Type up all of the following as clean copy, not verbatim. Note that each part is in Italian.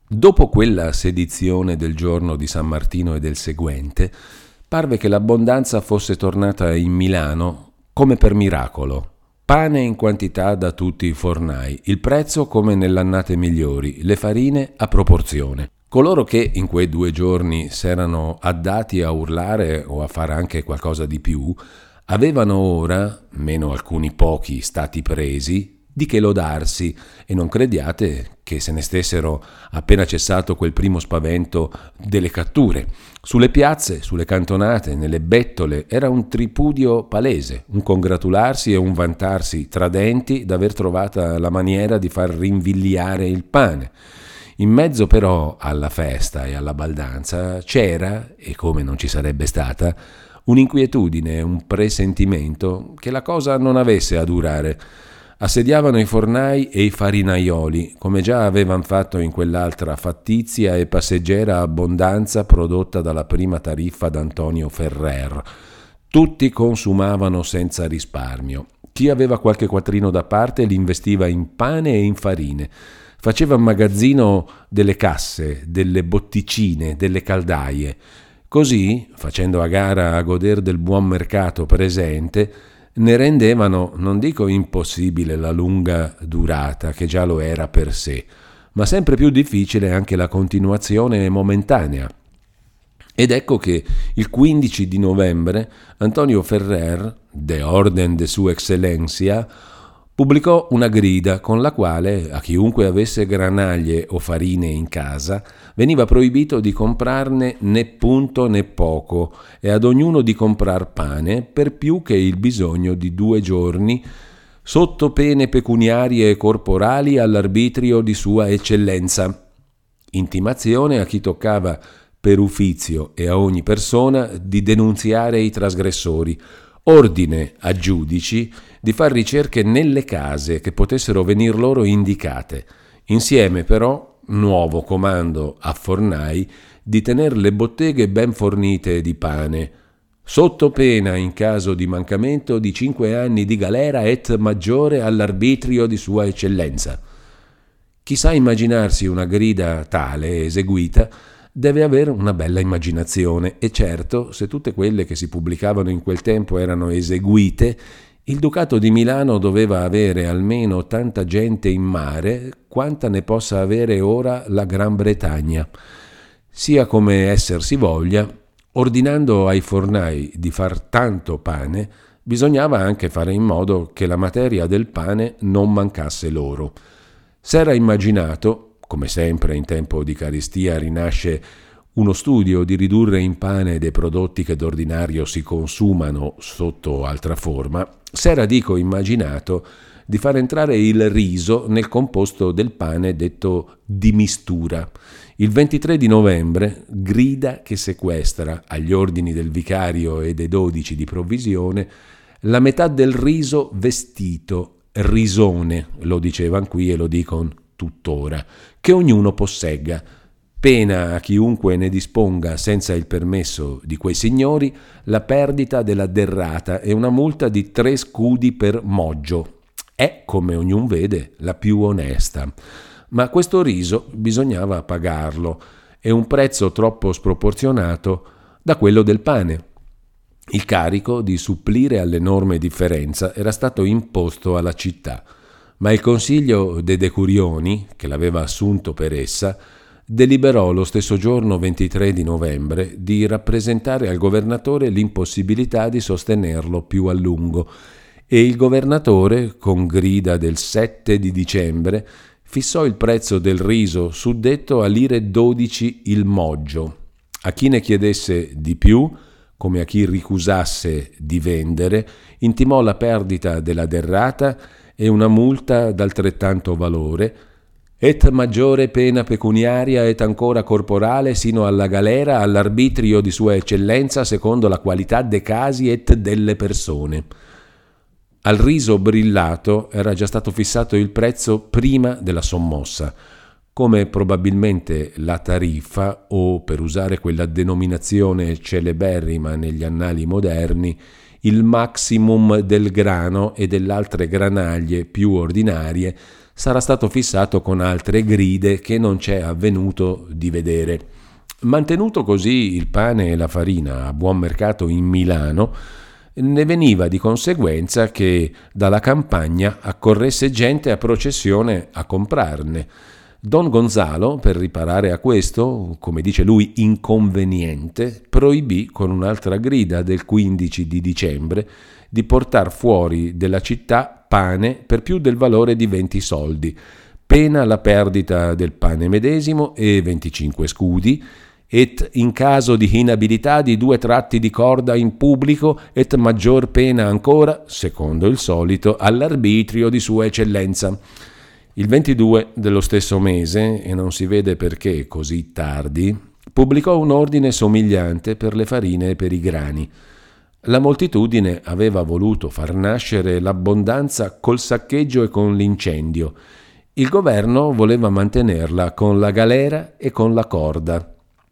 Dopo quella sedizione del giorno di San Martino e del seguente, parve che l'abbondanza fosse tornata in Milano come per miracolo. Pane in quantità da tutti i fornai, il prezzo come nelle annate migliori, le farine a proporzione. Coloro che in quei 2 giorni s'erano addati a urlare o a fare anche qualcosa di più, avevano ora, meno alcuni pochi stati presi, di che lodarsi, e non crediate che se ne stessero appena cessato quel primo spavento delle catture. Sulle piazze, sulle cantonate, nelle bettole era un tripudio palese, un congratularsi e un vantarsi tra denti d'aver trovata la maniera di far rinvigliare il pane. In mezzo però alla festa e alla baldanza c'era, e come non ci sarebbe stata, un'inquietudine, un presentimento che la cosa non avesse a durare. Assediavano i fornai e i farinaioli, come già avevan fatto in quell'altra fattizia e passeggera abbondanza prodotta dalla prima tariffa d'Antonio Ferrer. Tutti consumavano senza risparmio. Chi aveva qualche quattrino da parte li investiva in pane e in farine. Faceva magazzino delle casse, delle botticine, delle caldaie. Così, facendo a gara a goder del buon mercato presente, ne rendevano, non dico impossibile la lunga durata, che già lo era per sé, ma sempre più difficile anche la continuazione momentanea. Ed ecco che il 15 di novembre Antonio Ferrer, de Orden de Sua Excellencia, pubblicò una grida con la quale a chiunque avesse granaglie o farine in casa veniva proibito di comprarne né punto né poco e ad ognuno di comprar pane per più che il bisogno di 2 giorni sotto pene pecuniarie e corporali all'arbitrio di Sua Eccellenza. Intimazione a chi toccava per ufficio e a ogni persona di denunziare i trasgressori, ordine a giudici di far ricerche nelle case che potessero venir loro indicate. Insieme però nuovo comando a fornai di tener le botteghe ben fornite di pane, sotto pena in caso di mancamento di 5 anni di galera et maggiore all'arbitrio di Sua Eccellenza. Chi sa immaginarsi una grida tale eseguita deve avere una bella immaginazione, e certo, se tutte quelle che si pubblicavano in quel tempo erano eseguite, il Ducato di Milano doveva avere almeno tanta gente in mare quanta ne possa avere ora la Gran Bretagna. Sia come esser si voglia, ordinando ai fornai di far tanto pane, bisognava anche fare in modo che la materia del pane non mancasse loro. S'era immaginato, come sempre in tempo di carestia rinasce uno studio di ridurre in pane dei prodotti che d'ordinario si consumano sotto altra forma, s'era immaginato di far entrare il riso nel composto del pane detto di mistura. Il 23 di novembre, grida che sequestra, agli ordini del vicario e dei 12 di provvisione, la metà del riso vestito, risone, lo dicevan qui e lo dicono tuttora, che ognuno possegga, pena a chiunque ne disponga senza il permesso di quei signori la perdita della derrata e una multa di 3 scudi per moggio. È, come ognun vede, la più onesta. Ma questo riso bisognava pagarlo, e un prezzo troppo sproporzionato da quello del pane. Il carico di supplire all'enorme differenza era stato imposto alla città, ma il Consiglio de Decurioni, che l'aveva assunto per essa, deliberò lo stesso giorno 23 di novembre di rappresentare al governatore l'impossibilità di sostenerlo più a lungo, e il governatore, con grida del 7 di dicembre, fissò il prezzo del riso suddetto a lire 12 il moggio. A chi ne chiedesse di più, come a chi ricusasse di vendere, intimò la perdita della derrata e una multa d'altrettanto valore, et maggiore pena pecuniaria et ancora corporale sino alla galera all'arbitrio di Sua Eccellenza secondo la qualità de casi et delle persone. Al riso brillato era già stato fissato il prezzo prima della sommossa, come probabilmente la tariffa, o per usare quella denominazione celeberrima negli annali moderni, il maximum del grano e delle altre granaglie più ordinarie, sarà stato fissato con altre gride che non c'è avvenuto di vedere. Mantenuto così il pane e la farina a buon mercato in Milano, ne veniva di conseguenza che dalla campagna accorresse gente a processione a comprarne. Don Gonzalo, per riparare a questo, come dice lui, inconveniente, proibì con un'altra grida del 15 di dicembre di portar fuori della città pane per più del valore di 20 soldi, pena la perdita del pane medesimo e 25 scudi, et in caso di inabilità di 2 tratti di corda in pubblico, et maggior pena ancora, secondo il solito, all'arbitrio di Sua Eccellenza. Il 22 dello stesso mese, e non si vede perché così tardi, pubblicò un ordine somigliante per le farine e per i grani. La moltitudine aveva voluto far nascere l'abbondanza col saccheggio e con l'incendio. Il governo voleva mantenerla con la galera e con la corda.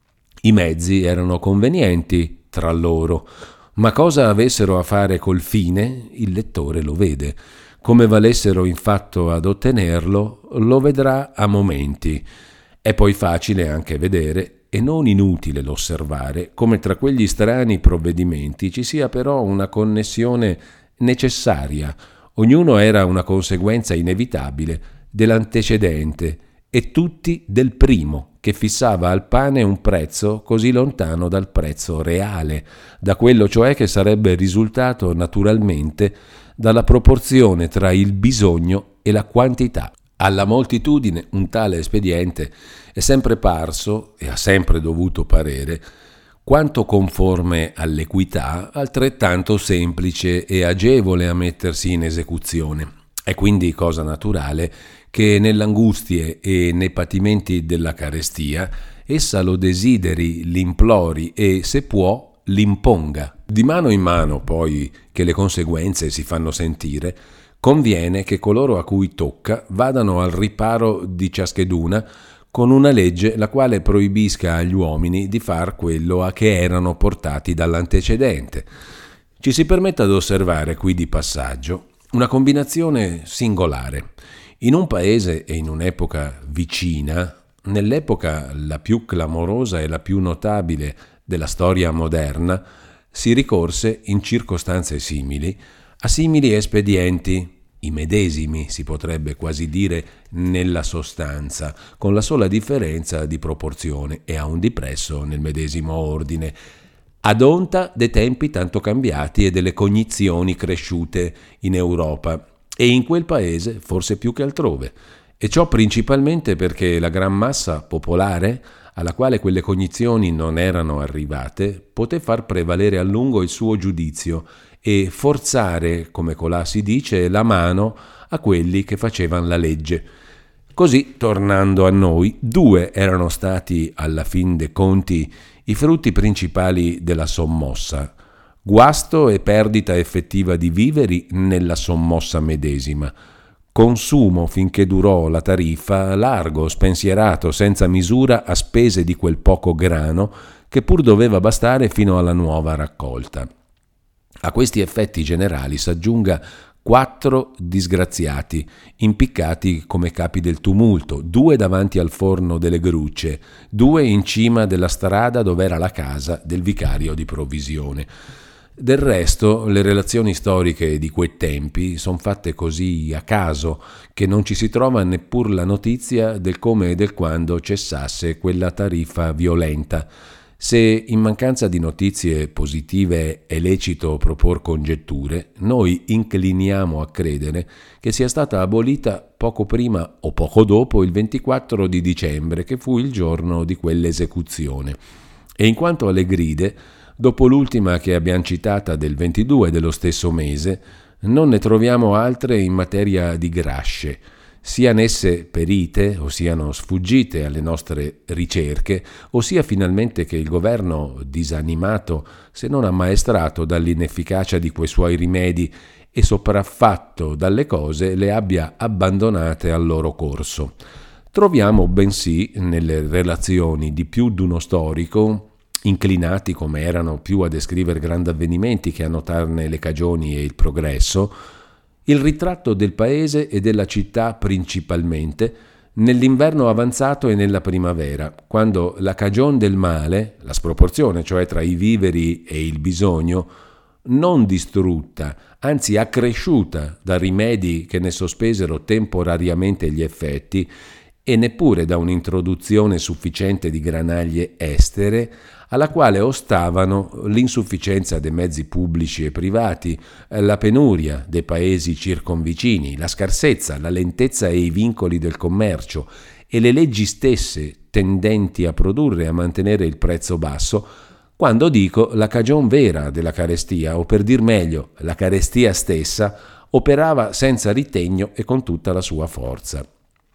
I mezzi erano convenienti tra loro, ma cosa avessero a fare col fine, il lettore lo vede. Come valessero in fatto ad ottenerlo, lo vedrà a momenti. È poi facile anche vedere, e non inutile l'osservare, come tra quegli strani provvedimenti ci sia però una connessione necessaria. Ognuno era una conseguenza inevitabile dell'antecedente e tutti del primo, che fissava al pane un prezzo così lontano dal prezzo reale, da quello cioè che sarebbe risultato naturalmente dalla proporzione tra il bisogno e la quantità. Alla moltitudine un tale espediente è sempre parso, e ha sempre dovuto parere, quanto conforme all'equità, altrettanto semplice e agevole a mettersi in esecuzione. È quindi cosa naturale che nelle angustie e nei patimenti della carestia essa lo desideri, l'implori e, se può, l'imponga. Di mano in mano, poi, che le conseguenze si fanno sentire, conviene che coloro a cui tocca vadano al riparo di ciascheduna con una legge la quale proibisca agli uomini di far quello a che erano portati dall'antecedente. Ci si permetta d'osservare qui di passaggio una combinazione singolare. In un paese e in un'epoca vicina, nell'epoca la più clamorosa e la più notabile della storia moderna, si ricorse in circostanze simili a simili espedienti, i medesimi si potrebbe quasi dire nella sostanza, con la sola differenza di proporzione e a un dipresso nel medesimo ordine, ad onta dei tempi tanto cambiati e delle cognizioni cresciute in Europa e in quel paese forse più che altrove, e ciò principalmente perché la gran massa popolare, alla quale quelle cognizioni non erano arrivate, poté far prevalere a lungo il suo giudizio e forzare, come colà si dice, la mano a quelli che facevano la legge. Così, tornando a noi, 2 erano stati, alla fin dei conti, i frutti principali della sommossa: guasto e perdita effettiva di viveri nella sommossa medesima, consumo finché durò la tariffa, largo, spensierato, senza misura a spese di quel poco grano che pur doveva bastare fino alla nuova raccolta. A questi effetti generali s'aggiunga 4 disgraziati, impiccati come capi del tumulto, 2 davanti al forno delle grucce, 2 in cima della strada dov'era la casa del vicario di provvisione. Del resto, le relazioni storiche di quei tempi sono fatte così a caso che non ci si trova neppur la notizia del come e del quando cessasse quella tariffa violenta. Se in mancanza di notizie positive è lecito propor congetture, noi incliniamo a credere che sia stata abolita poco prima o poco dopo il 24 di dicembre, che fu il giorno di quell'esecuzione. E in quanto alle gride, dopo l'ultima che abbiamo citata del 22 dello stesso mese, non ne troviamo altre in materia di grasce, siano esse perite o siano sfuggite alle nostre ricerche, o sia finalmente che il governo, disanimato se non ammaestrato dall'inefficacia di quei suoi rimedi e sopraffatto dalle cose, le abbia abbandonate al loro corso. Troviamo bensì nelle relazioni di più d'uno storico, inclinati come erano più a descrivere grandi avvenimenti che a notarne le cagioni e il progresso, il ritratto del paese e della città principalmente, nell'inverno avanzato e nella primavera, quando la cagion del male, la sproporzione cioè tra i viveri e il bisogno, non distrutta, anzi accresciuta da rimedi che ne sospesero temporariamente gli effetti, e neppure da un'introduzione sufficiente di granaglie estere, alla quale ostavano l'insufficienza dei mezzi pubblici e privati, la penuria dei paesi circonvicini, la scarsezza, la lentezza e i vincoli del commercio e le leggi stesse tendenti a produrre e a mantenere il prezzo basso, quando dico la cagion vera della carestia, o per dir meglio, la carestia stessa, operava senza ritegno e con tutta la sua forza.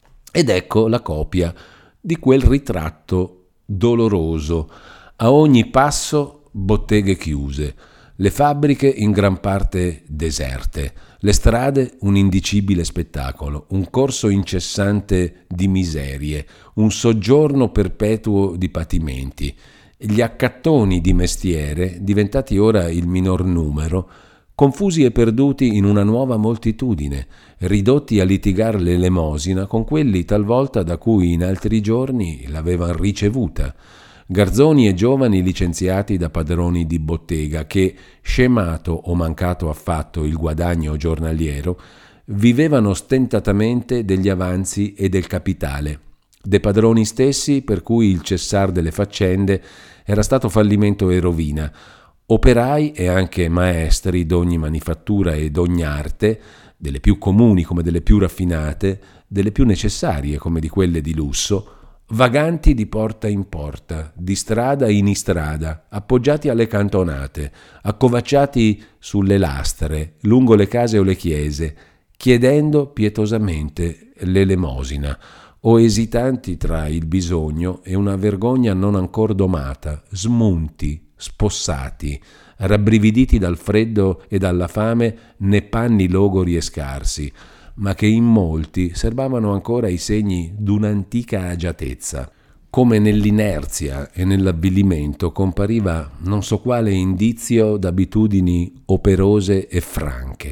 Ed ecco la copia di quel ritratto doloroso. A ogni passo botteghe chiuse, le fabbriche in gran parte deserte, le strade un indicibile spettacolo, un corso incessante di miserie, un soggiorno perpetuo di patimenti, gli accattoni di mestiere, diventati ora il minor numero, confusi e perduti in una nuova moltitudine, ridotti a litigar l'elemosina con quelli talvolta da cui in altri giorni l'avevano ricevuta, garzoni e giovani licenziati da padroni di bottega che, scemato o mancato affatto il guadagno giornaliero, vivevano stentatamente degli avanzi e del capitale, dei padroni stessi per cui il cessar delle faccende era stato fallimento e rovina, operai e anche maestri d'ogni manifattura e d'ogni arte, delle più comuni come delle più raffinate, delle più necessarie come di quelle di lusso, vaganti di porta in porta, di strada in istrada, appoggiati alle cantonate, accovacciati sulle lastre, lungo le case o le chiese, chiedendo pietosamente l'elemosina, o esitanti tra il bisogno e una vergogna non ancor domata, smunti, spossati, rabbrividiti dal freddo e dalla fame nei panni logori e scarsi, ma che in molti serbavano ancora i segni d'un'antica agiatezza. Come nell'inerzia e nell'avvilimento compariva non so quale indizio d'abitudini operose e franche,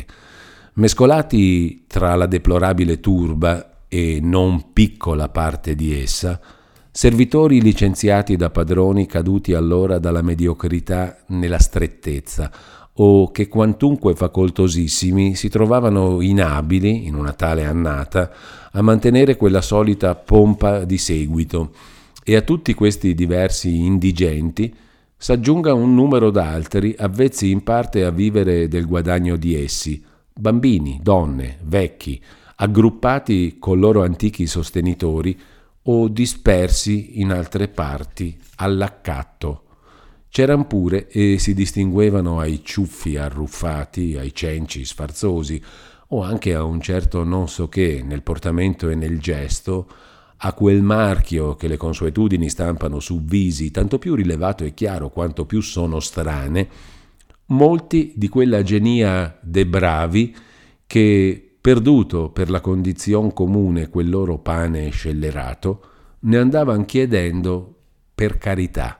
mescolati tra la deplorabile turba e non piccola parte di essa, servitori licenziati da padroni caduti allora dalla mediocrità nella strettezza, o che quantunque facoltosissimi si trovavano inabili, in una tale annata, a mantenere quella solita pompa di seguito, e a tutti questi diversi indigenti s'aggiunga un numero d'altri avvezzi in parte a vivere del guadagno di essi, bambini, donne, vecchi, aggruppati con loro antichi sostenitori o dispersi in altre parti all'accatto. C'eran pure, e si distinguevano ai ciuffi arruffati, ai cenci sfarzosi, o anche a un certo non so che nel portamento e nel gesto, a quel marchio che le consuetudini stampano su visi, tanto più rilevato e chiaro quanto più sono strane, molti di quella genia de bravi che, perduto per la condizion comune quel loro pane scellerato, ne andavan chiedendo per carità.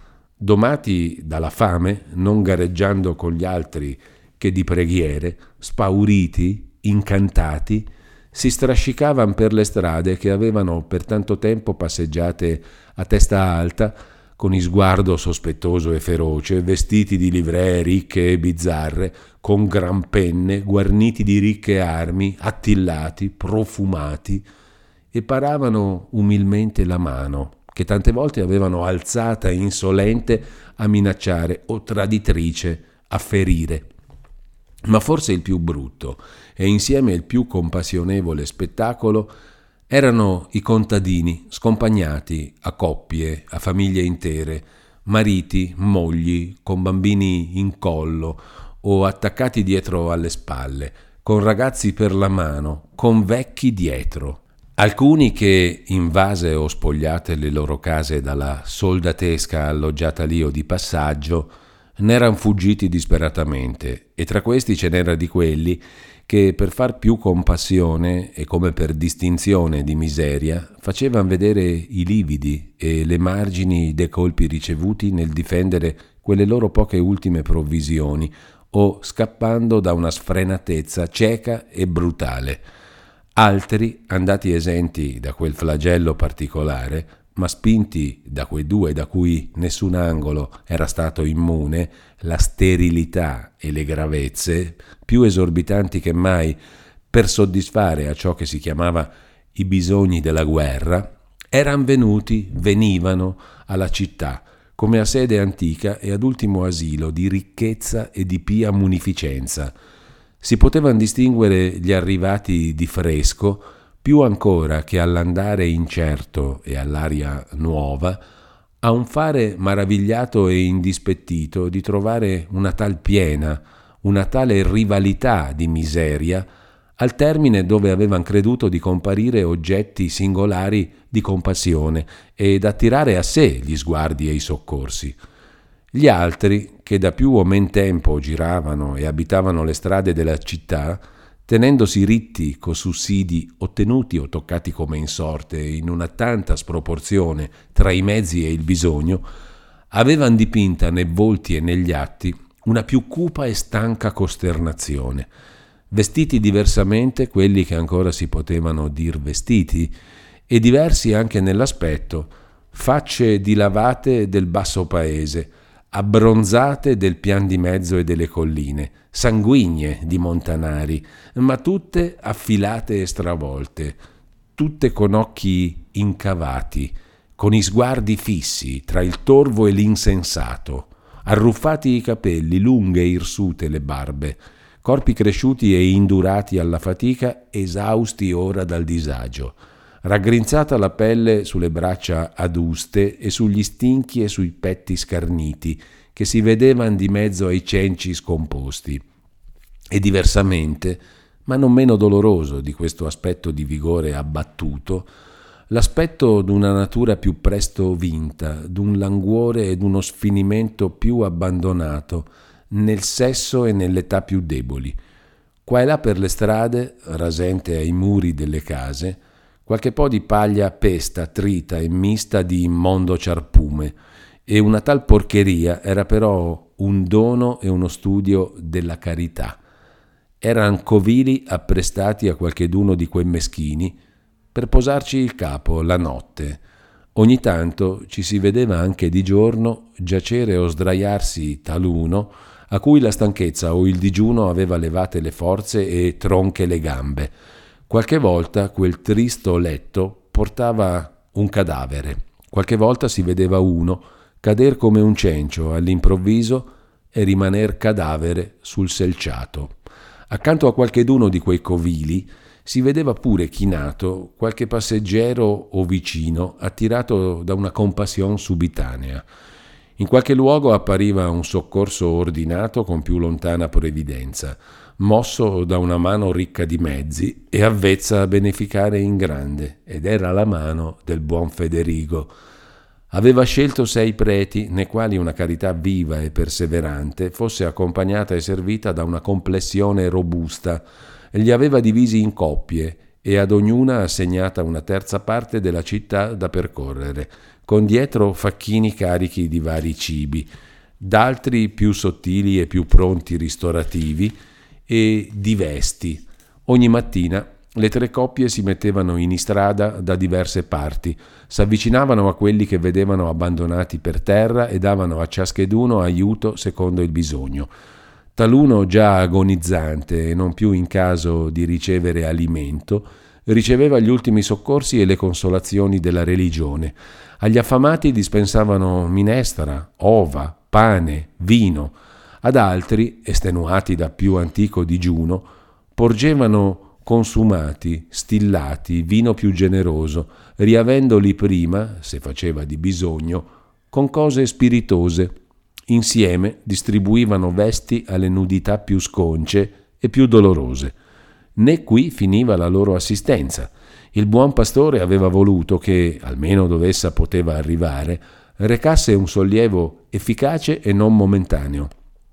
Domati dalla fame, non gareggiando con gli altri che di preghiere, spauriti, incantati, si strascicavan per le strade che avevano per tanto tempo passeggiate a testa alta, con sguardo sospettoso e feroce, vestiti di livree ricche e bizzarre, con gran penne, guarniti di ricche armi, attillati, profumati, e paravano umilmente la mano, che tante volte avevano alzata insolente a minacciare o traditrice a ferire. Ma forse il più brutto e insieme il più compassionevole spettacolo erano i contadini scompagnati a coppie, a famiglie intere, mariti, mogli, con bambini in collo o attaccati dietro alle spalle, con ragazzi per la mano, con vecchi dietro. Alcuni che, invase o spogliate le loro case dalla soldatesca alloggiata lì o di passaggio, n'eran fuggiti disperatamente, e tra questi ce n'era di quelli che per far più compassione e come per distinzione di miseria facevan vedere i lividi e le margini dei colpi ricevuti nel difendere quelle loro poche ultime provvisioni o scappando da una sfrenatezza cieca e brutale. Altri, andati esenti da quel flagello particolare, ma spinti da quei due da cui nessun angolo era stato immune, la sterilità e le gravezze, più esorbitanti che mai, per soddisfare a ciò che si chiamava i bisogni della guerra, venivano alla città come a sede antica e ad ultimo asilo di ricchezza e di pia munificenza. Si potevano distinguere gli arrivati di fresco più ancora che all'andare incerto e all'aria nuova, a un fare maravigliato e indispettito di trovare una tal piena, una tale rivalità di miseria, al termine dove avevano creduto di comparire oggetti singolari di compassione ed attirare a sé gli sguardi e i soccorsi. Gli altri, che da più o men tempo giravano e abitavano le strade della città, tenendosi ritti co sussidi ottenuti o toccati come in sorte in una tanta sproporzione tra i mezzi e il bisogno, avevano dipinta nei volti e negli atti una più cupa e stanca costernazione. Vestiti diversamente quelli che ancora si potevano dir vestiti, e diversi anche nell'aspetto, facce dilavate del basso paese, abbronzate del pian di mezzo e delle colline, sanguigne di montanari, ma tutte affilate e stravolte, tutte con occhi incavati, con i sguardi fissi tra il torvo e l'insensato, arruffati i capelli, lunghe e irsute le barbe, corpi cresciuti e indurati alla fatica, esausti ora dal disagio, raggrinzata la pelle sulle braccia aduste e sugli stinchi e sui petti scarniti che si vedevano di mezzo ai cenci scomposti. E diversamente, ma non meno doloroso di questo aspetto di vigore abbattuto, l'aspetto d'una natura più presto vinta, d'un languore e d'uno sfinimento più abbandonato nel sesso e nell'età più deboli. Qua e là per le strade, rasente ai muri delle case, qualche po' di paglia pesta, trita e mista di immondo ciarpume, e una tal porcheria era però un dono e uno studio della carità. Eran covili apprestati a qualcheduno di quei meschini per posarci il capo la notte. Ogni tanto ci si vedeva anche di giorno giacere o sdraiarsi taluno a cui la stanchezza o il digiuno aveva levate le forze e tronche le gambe. Qualche volta quel tristo letto portava un cadavere, qualche volta si vedeva uno cader come un cencio all'improvviso e rimaner cadavere sul selciato. Accanto a qualcheduno di quei covili si vedeva pure chinato qualche passeggero o vicino attirato da una compassione subitanea. In qualche luogo appariva un soccorso ordinato con più lontana previdenza, mosso da una mano ricca di mezzi e avvezza a beneficare in grande, ed era la mano del buon Federigo. Aveva scelto 6 preti, nei quali una carità viva e perseverante fosse accompagnata e servita da una complessione robusta, e li aveva divisi in coppie e ad ognuna assegnata una terza parte della città da percorrere, con dietro facchini carichi di vari cibi, d'altri più sottili e più pronti ristorativi, e di vesti. Ogni mattina le 3 coppie si mettevano in istrada da diverse parti, s'avvicinavano a quelli che vedevano abbandonati per terra e davano a ciascheduno aiuto secondo il bisogno. Taluno già agonizzante e non più in caso di ricevere alimento, riceveva gli ultimi soccorsi e le consolazioni della religione. Agli affamati dispensavano minestra, ova, pane, vino. Ad altri, estenuati da più antico digiuno, porgevano consumati, stillati, vino più generoso, riavendoli prima, se faceva di bisogno, con cose spiritose. Insieme distribuivano vesti alle nudità più sconce e più dolorose. Né qui finiva la loro assistenza. Il buon pastore aveva voluto che, almeno dove essa poteva arrivare, recasse un sollievo efficace e non momentaneo.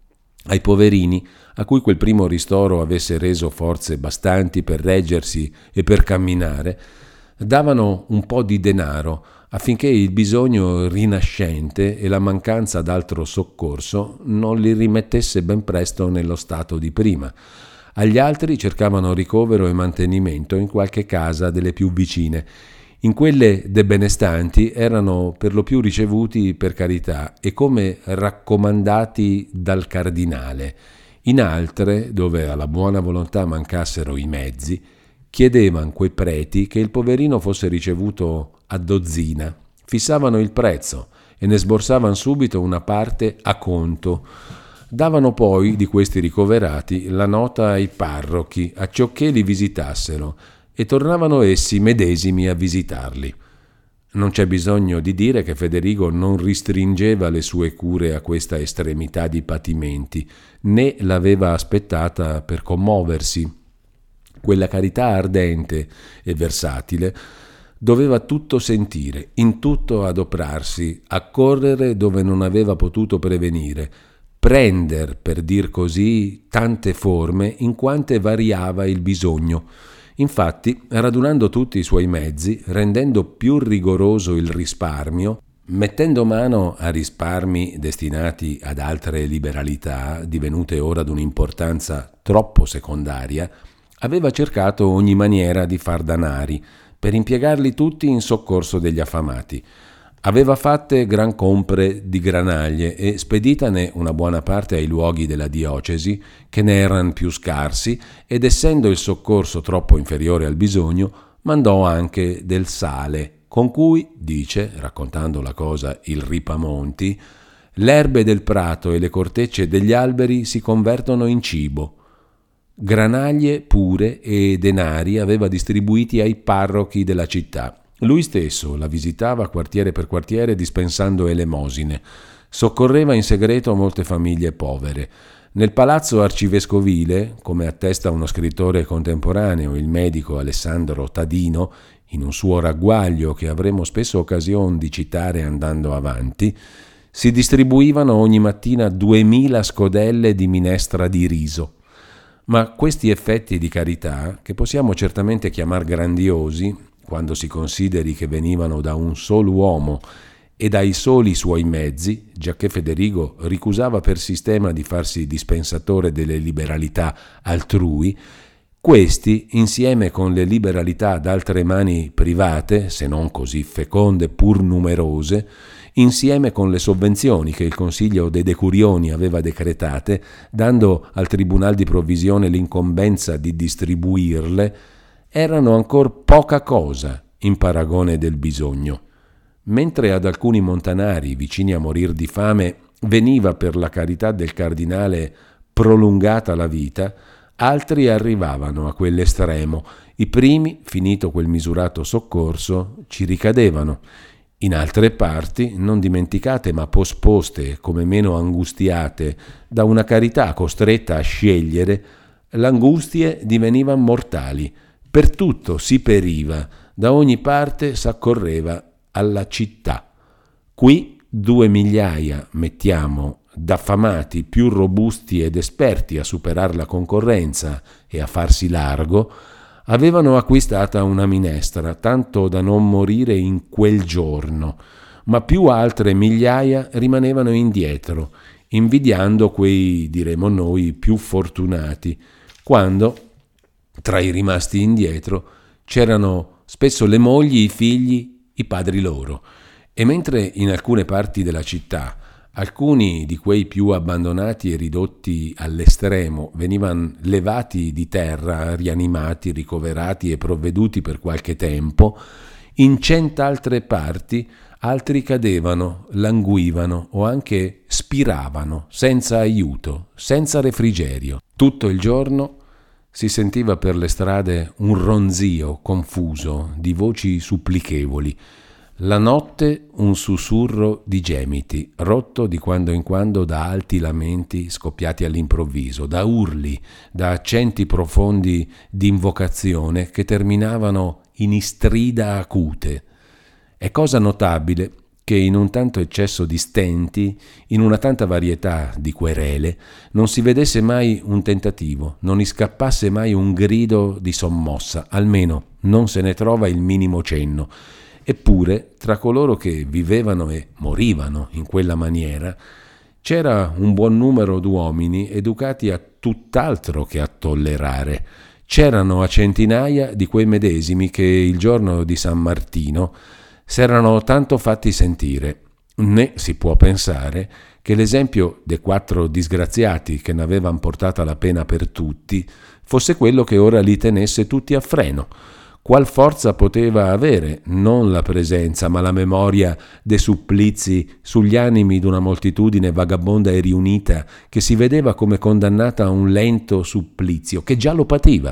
Ai poverini, a cui quel primo ristoro avesse reso forze bastanti per reggersi e per camminare, davano un po' di denaro, affinché il bisogno rinascente e la mancanza d'altro soccorso non li rimettesse ben presto nello stato di prima. Agli altri cercavano ricovero e mantenimento in qualche casa delle più vicine. In quelle de benestanti erano per lo più ricevuti per carità e come raccomandati dal cardinale. In altre, dove alla buona volontà mancassero i mezzi, chiedevano quei preti che il poverino fosse ricevuto a dozzina, fissavano il prezzo e ne sborsavano subito una parte a conto. Davano poi di questi ricoverati la nota ai parrochi, acciocché li visitassero, e tornavano essi medesimi a visitarli. Non c'è bisogno di dire che Federigo non ristringeva le sue cure a questa estremità di patimenti, né l'aveva aspettata per commuoversi. Quella carità ardente e versatile doveva tutto sentire, in tutto adoprarsi, accorrere dove non aveva potuto prevenire, prender, per dir così, tante forme in quante variava il bisogno. Infatti, radunando tutti i suoi mezzi, rendendo più rigoroso il risparmio, mettendo mano a risparmi destinati ad altre liberalità, divenute ora d'un'importanza troppo secondaria, aveva cercato ogni maniera di far danari, per impiegarli tutti in soccorso degli affamati. Aveva fatte gran compre di granaglie e speditane una buona parte ai luoghi della diocesi, che ne erano più scarsi, ed essendo il soccorso troppo inferiore al bisogno, mandò anche del sale, con cui, dice, raccontando la cosa il Ripamonti, l'erbe del prato e le cortecce degli alberi si convertono in cibo. Granaglie pure e denari aveva distribuiti ai parrochi della città. Lui stesso la visitava quartiere per quartiere dispensando elemosine. Soccorreva in segreto molte famiglie povere. Nel palazzo arcivescovile, come attesta uno scrittore contemporaneo, il medico Alessandro Tadino, in un suo ragguaglio che avremo spesso occasione di citare andando avanti, si distribuivano ogni mattina 2000 scodelle di minestra di riso. Ma questi effetti di carità, che possiamo certamente chiamar grandiosi, quando si consideri che venivano da un solo uomo e dai soli suoi mezzi, giacché Federigo ricusava per sistema di farsi dispensatore delle liberalità altrui, questi, insieme con le liberalità d'altre mani private, se non così feconde pur numerose, insieme con le sovvenzioni che il Consiglio dei Decurioni aveva decretate, dando al Tribunal di Provvisione l'incombenza di distribuirle, erano ancor poca cosa in paragone del bisogno. Mentre ad alcuni montanari vicini a morir di fame veniva per la carità del cardinale prolungata la vita, altri arrivavano a quell'estremo. I primi, finito quel misurato soccorso, ci ricadevano. In altre parti, non dimenticate ma posposte come meno angustiate da una carità costretta a scegliere, l'angustie divenivan mortali. Per tutto si periva, da ogni parte s'accorreva alla città. Qui 2 migliaia, mettiamo, d'affamati più robusti ed esperti a superar la concorrenza e a farsi largo, avevano acquistata una minestra, tanto da non morire in quel giorno, ma più altre migliaia rimanevano indietro, invidiando quei, diremo noi, più fortunati, quando tra i rimasti indietro c'erano spesso le mogli, i figli, i padri loro. E mentre in alcune parti della città alcuni di quei più abbandonati e ridotti all'estremo venivano levati di terra, rianimati, ricoverati e provveduti per qualche tempo, in 100 altre parti altri cadevano, languivano o anche spiravano senza aiuto, senza refrigerio. Tutto il giorno si sentiva per le strade un ronzio confuso di voci supplichevoli. La notte un sussurro di gemiti, rotto di quando in quando da alti lamenti scoppiati all'improvviso, da urli, da accenti profondi di invocazione che terminavano in istrida acute. È cosa notabile che in un tanto eccesso di stenti, in una tanta varietà di querele, non si vedesse mai un tentativo, non iscappasse mai un grido di sommossa, almeno non se ne trova il minimo cenno. Eppure, tra coloro che vivevano e morivano in quella maniera, c'era un buon numero d'uomini educati a tutt'altro che a tollerare. C'erano a centinaia di quei medesimi che il giorno di San Martino s'erano tanto fatti sentire. Né si può pensare che l'esempio dei 4 disgraziati che n'avevano portata la pena per tutti fosse quello che ora li tenesse tutti a freno. Qual forza poteva avere non la presenza, ma la memoria dei supplizi sugli animi d'una moltitudine vagabonda e riunita che si vedeva come condannata a un lento supplizio, che già lo pativa?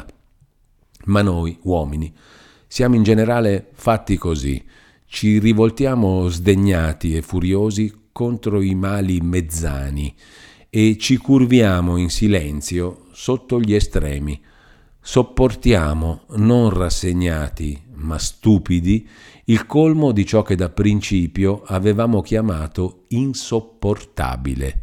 Ma noi, uomini, siamo in generale fatti così. Ci rivoltiamo sdegnati e furiosi contro i mali mezzani e ci curviamo in silenzio sotto gli estremi. Sopportiamo, non rassegnati, ma stupidi, il colmo di ciò che da principio avevamo chiamato insopportabile.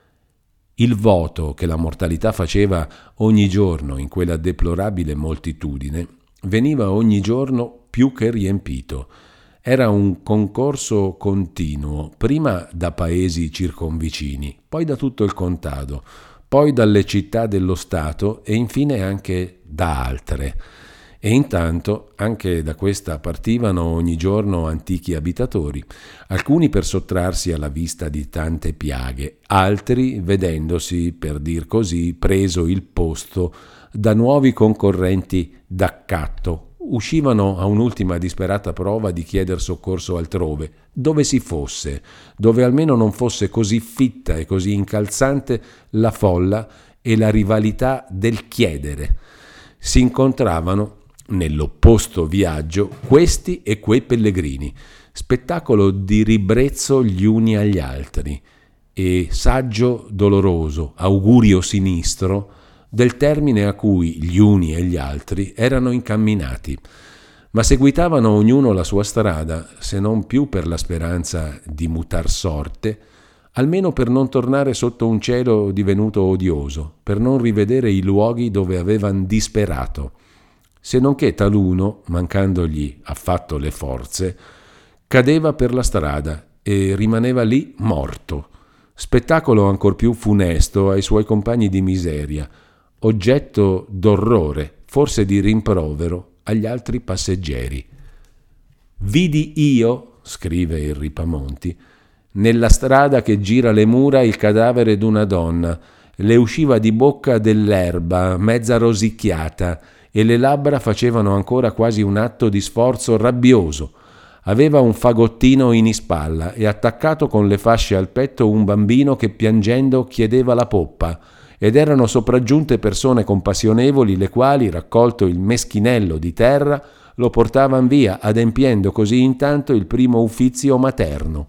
Il voto che la mortalità faceva ogni giorno in quella deplorabile moltitudine veniva ogni giorno più che riempito. Era un concorso continuo, prima da paesi circonvicini, poi da tutto il contado, poi dalle città dello Stato e infine anche da altre. E intanto anche da questa partivano ogni giorno antichi abitatori, alcuni per sottrarsi alla vista di tante piaghe, altri vedendosi, per dir così, preso il posto da nuovi concorrenti d'accatto. Uscivano a un'ultima disperata prova di chieder soccorso altrove, dove si fosse, dove almeno non fosse così fitta e così incalzante la folla e la rivalità del chiedere. Si incontravano nell'opposto viaggio questi e quei pellegrini, spettacolo di ribrezzo gli uni agli altri e saggio doloroso, augurio sinistro del termine a cui gli uni e gli altri erano incamminati, ma seguitavano ognuno la sua strada, se non più per la speranza di mutar sorte, almeno per non tornare sotto un cielo divenuto odioso, per non rivedere i luoghi dove avevan disperato, se non che taluno, mancandogli affatto le forze, cadeva per la strada e rimaneva lì morto, spettacolo ancor più funesto ai suoi compagni di miseria, oggetto d'orrore, forse di rimprovero agli altri passeggeri. Vidi io, scrive il Ripamonti, nella strada che gira le mura il cadavere d'una donna, le usciva di bocca dell'erba mezza rosicchiata e le labbra facevano ancora quasi un atto di sforzo rabbioso. Aveva un fagottino in ispalla e attaccato con le fasce al petto un bambino che piangendo chiedeva la poppa, ed erano sopraggiunte persone compassionevoli le quali, raccolto il meschinello di terra, lo portavan via, adempiendo così intanto il primo uffizio materno.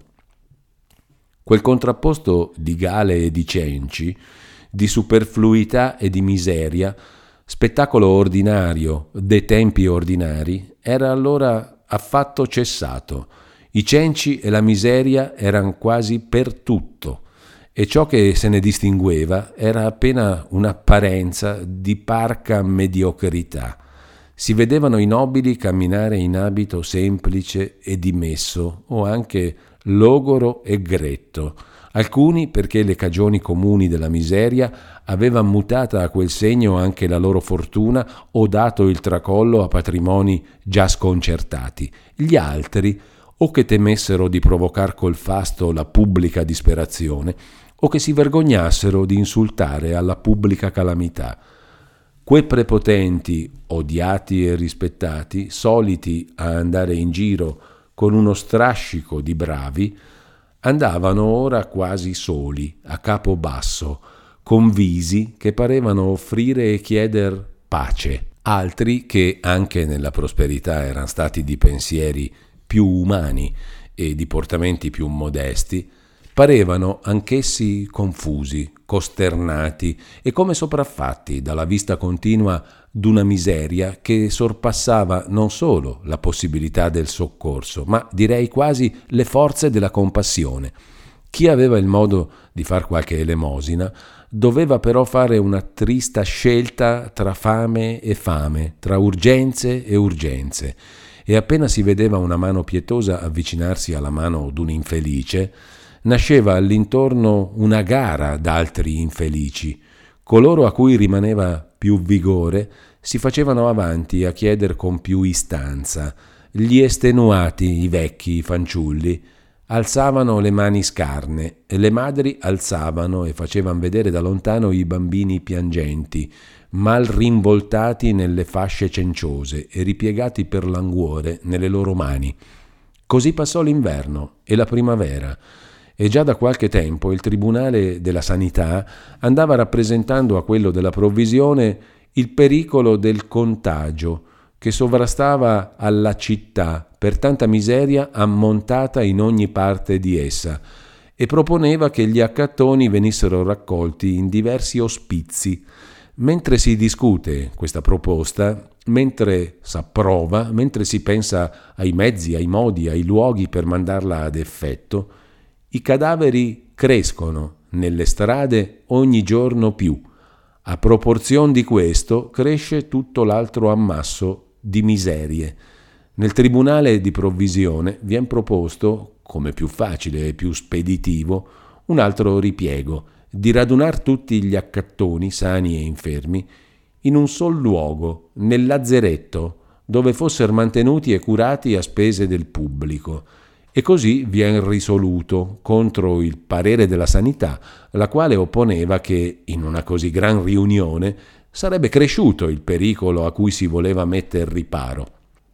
Quel contrapposto di gale e di cenci, di superfluità e di miseria, spettacolo ordinario dei tempi ordinari, era allora affatto cessato. I cenci e la miseria erano quasi per tutto, e ciò che se ne distingueva era appena un'apparenza di parca mediocrità. Si vedevano i nobili camminare in abito semplice e dimesso, o anche logoro e gretto, alcuni perché le cagioni comuni della miseria avevano mutata a quel segno anche la loro fortuna o dato il tracollo a patrimoni già sconcertati, gli altri o che temessero di provocar col fasto la pubblica disperazione o che si vergognassero di insultare alla pubblica calamità. Quei prepotenti, odiati e rispettati, soliti a andare in giro con uno strascico di bravi, andavano ora quasi soli, a capo basso, con visi che parevano offrire e chieder pace. Altri, che anche nella prosperità erano stati di pensieri più umani e di portamenti più modesti, parevano anch'essi confusi, costernati e come sopraffatti dalla vista continua d'una miseria che sorpassava non solo la possibilità del soccorso, ma direi quasi le forze della compassione. Chi aveva il modo di far qualche elemosina doveva però fare una trista scelta tra fame e fame, tra urgenze e urgenze, e appena si vedeva una mano pietosa avvicinarsi alla mano d'un infelice, nasceva all'intorno una gara d'altri infelici. Coloro a cui rimaneva più vigore si facevano avanti a chieder con più istanza. Gli estenuati, i vecchi, i fanciulli, alzavano le mani scarne e le madri alzavano e facevano vedere da lontano i bambini piangenti, mal rinvoltati nelle fasce cenciose e ripiegati per languore nelle loro mani. Così passò l'inverno e la primavera, e già da qualche tempo il Tribunale della Sanità andava rappresentando a quello della Provvisione il pericolo del contagio che sovrastava alla città per tanta miseria ammontata in ogni parte di essa, e proponeva che gli accattoni venissero raccolti in diversi ospizi. Mentre si discute questa proposta, mentre s'approva, mentre si pensa ai mezzi, ai modi, ai luoghi per mandarla ad effetto, i cadaveri crescono nelle strade ogni giorno più. A proporzione di questo cresce tutto l'altro ammasso di miserie. Nel Tribunale di Provvisione viene proposto, come più facile e più speditivo, un altro ripiego, di radunar tutti gli accattoni, sani e infermi, in un sol luogo, nel lazzeretto, dove fossero mantenuti e curati a spese del pubblico. E così viene risoluto contro il parere della sanità, la quale opponeva che, in una così gran riunione, sarebbe cresciuto il pericolo a cui si voleva mettere riparo.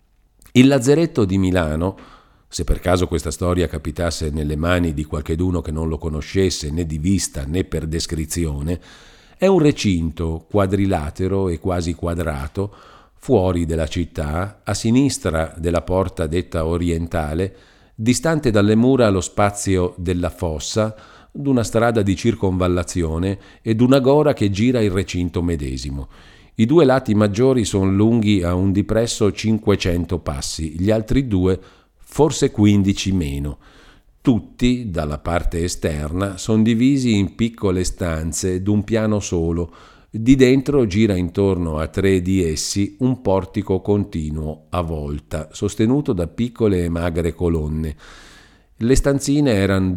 Il lazzeretto di Milano, se per caso questa storia capitasse nelle mani di qualcheduno che non lo conoscesse né di vista né per descrizione, è un recinto quadrilatero e quasi quadrato, fuori della città, a sinistra della porta detta orientale, distante dalle mura lo spazio della fossa, d'una strada di circonvallazione e d'una gora che gira il recinto medesimo. I due lati maggiori sono lunghi a un dipresso 500 passi, gli altri due forse 15 meno. Tutti, dalla parte esterna, sono divisi in piccole stanze d'un piano solo. Di dentro gira intorno a 3 di essi un portico continuo a volta, sostenuto da piccole e magre colonne. Le stanzine erano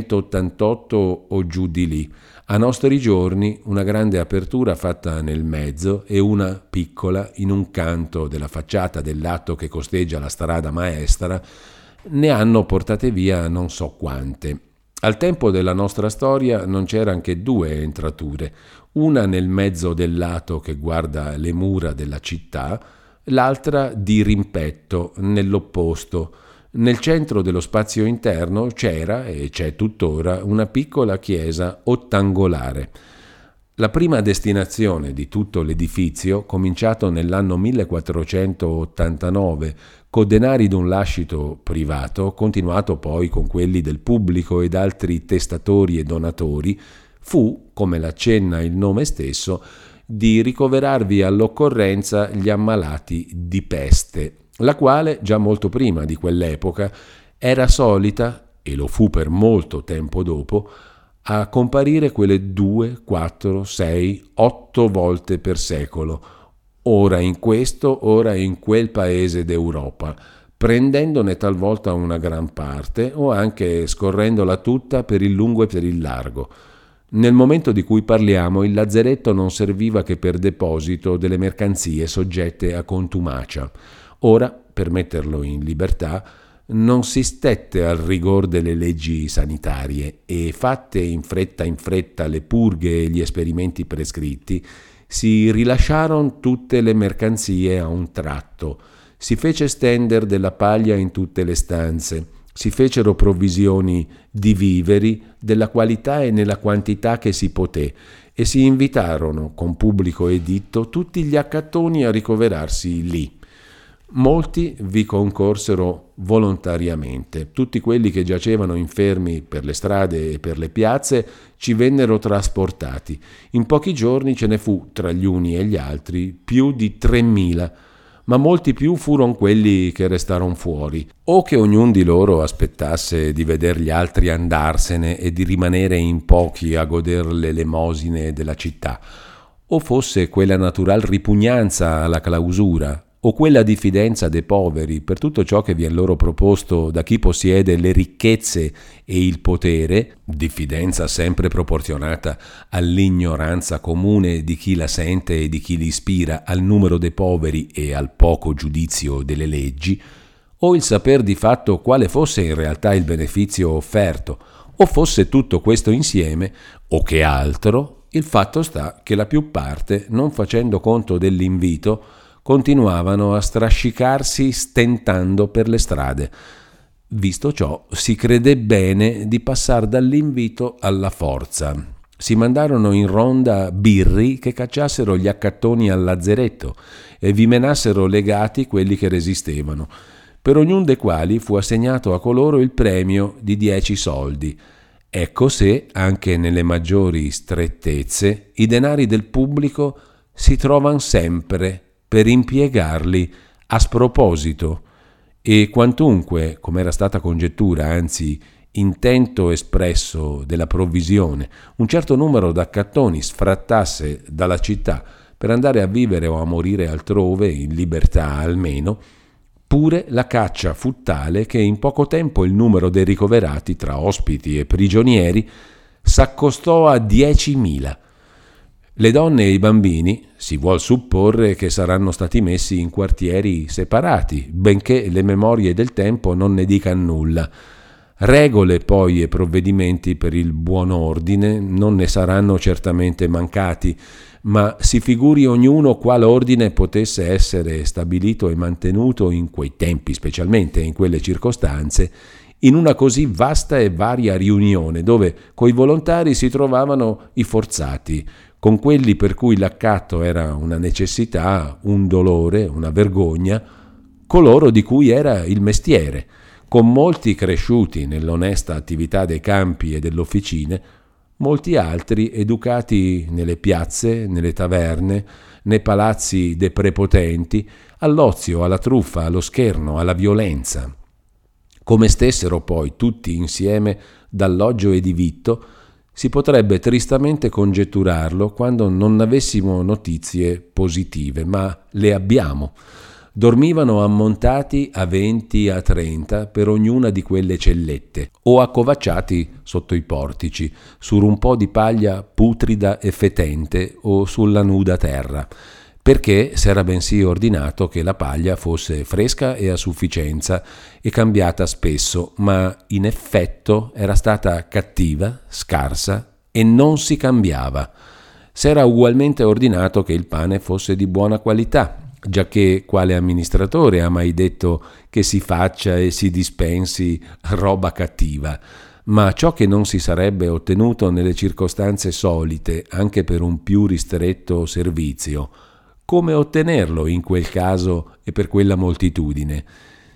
288 o giù di lì. A nostri giorni una grande apertura fatta nel mezzo e una piccola in un canto della facciata del lato che costeggia la strada maestra ne hanno portate via non so quante. Al tempo della nostra storia non c'erano che 2 entrature, una nel mezzo del lato che guarda le mura della città, l'altra di rimpetto nell'opposto. Nel centro dello spazio interno c'era, e c'è tuttora, una piccola chiesa ottangolare. La prima destinazione di tutto l'edifizio, cominciato nell'anno 1489 con denari d'un lascito privato, continuato poi con quelli del pubblico ed altri testatori e donatori, fu, come l'accenna il nome stesso, di ricoverarvi all'occorrenza gli ammalati di peste, la quale, già molto prima di quell'epoca, era solita, e lo fu per molto tempo dopo, a comparire quelle 2, 4, 6, 8 volte per secolo, ora in questo, ora in quel paese d'Europa, prendendone talvolta una gran parte o anche scorrendola tutta per il lungo e per il largo. Nel momento di cui parliamo, il lazzeretto non serviva che per deposito delle mercanzie soggette a contumacia. Ora, per metterlo in libertà, non si stette al rigor delle leggi sanitarie e, fatte in fretta le purghe e gli esperimenti prescritti, si rilasciarono tutte le mercanzie a un tratto, si fece stender della paglia in tutte le stanze, si fecero provvisioni di viveri della qualità e nella quantità che si poté, e si invitarono, con pubblico editto, tutti gli accattoni a ricoverarsi lì. Molti vi concorsero volontariamente. Tutti quelli che giacevano infermi per le strade e per le piazze ci vennero trasportati. In pochi giorni ce ne fu, tra gli uni e gli altri, più di 3.000, ma molti più furono quelli che restarono fuori, o che ognun di loro aspettasse di veder gli altri andarsene e di rimanere in pochi a goder le elemosine della città, o fosse quella natural ripugnanza alla clausura, o quella diffidenza dei poveri per tutto ciò che viene loro proposto da chi possiede le ricchezze e il potere, diffidenza sempre proporzionata all'ignoranza comune di chi la sente e di chi li ispira, al numero dei poveri e al poco giudizio delle leggi, o il saper di fatto quale fosse in realtà il beneficio offerto, o fosse tutto questo insieme, o che altro, il fatto sta che la più parte, non facendo conto dell'invito, continuavano a strascicarsi stentando per le strade. Visto ciò, si credé bene di passare dall'invito alla forza. Si mandarono in ronda birri che cacciassero gli accattoni al lazzeretto e vi menassero legati quelli che resistevano, per ognuno dei quali fu assegnato a coloro il premio di 10 soldi. Ecco se, anche nelle maggiori strettezze, i denari del pubblico si trovano sempre per impiegarli a sproposito, e quantunque, come era stata congettura, anzi intento espresso della provvisione, un certo numero d'accattoni sfrattasse dalla città per andare a vivere o a morire altrove, in libertà almeno, pure la caccia fu tale che in poco tempo il numero dei ricoverati tra ospiti e prigionieri s'accostò a 10.000. Le donne e i bambini si vuol supporre che saranno stati messi in quartieri separati, benché le memorie del tempo non ne dicano nulla. Regole poi e provvedimenti per il buon ordine non ne saranno certamente mancati, ma si figuri ognuno qual ordine potesse essere stabilito e mantenuto in quei tempi, specialmente in quelle circostanze, in una così vasta e varia riunione, dove coi volontari si trovavano i forzati, con quelli per cui l'accatto era una necessità, un dolore, una vergogna, coloro di cui era il mestiere, con molti cresciuti nell'onesta attività dei campi e delle officine, molti altri educati nelle piazze, nelle taverne, nei palazzi dei prepotenti, all'ozio, alla truffa, allo scherno, alla violenza. Come stessero poi tutti insieme d'alloggio e di vitto, si potrebbe tristamente congetturarlo quando non avessimo notizie positive, ma le abbiamo. Dormivano ammontati a 20, a 30 per ognuna di quelle cellette, o accovacciati sotto i portici, su un po' di paglia putrida e fetente o sulla nuda terra, perché s'era bensì ordinato che la paglia fosse fresca e a sufficienza e cambiata spesso, ma in effetto era stata cattiva, scarsa e non si cambiava. S'era ugualmente ordinato che il pane fosse di buona qualità, giacché quale amministratore ha mai detto che si faccia e si dispensi roba cattiva? Ma ciò che non si sarebbe ottenuto nelle circostanze solite, anche per un più ristretto servizio, come ottenerlo in quel caso e per quella moltitudine?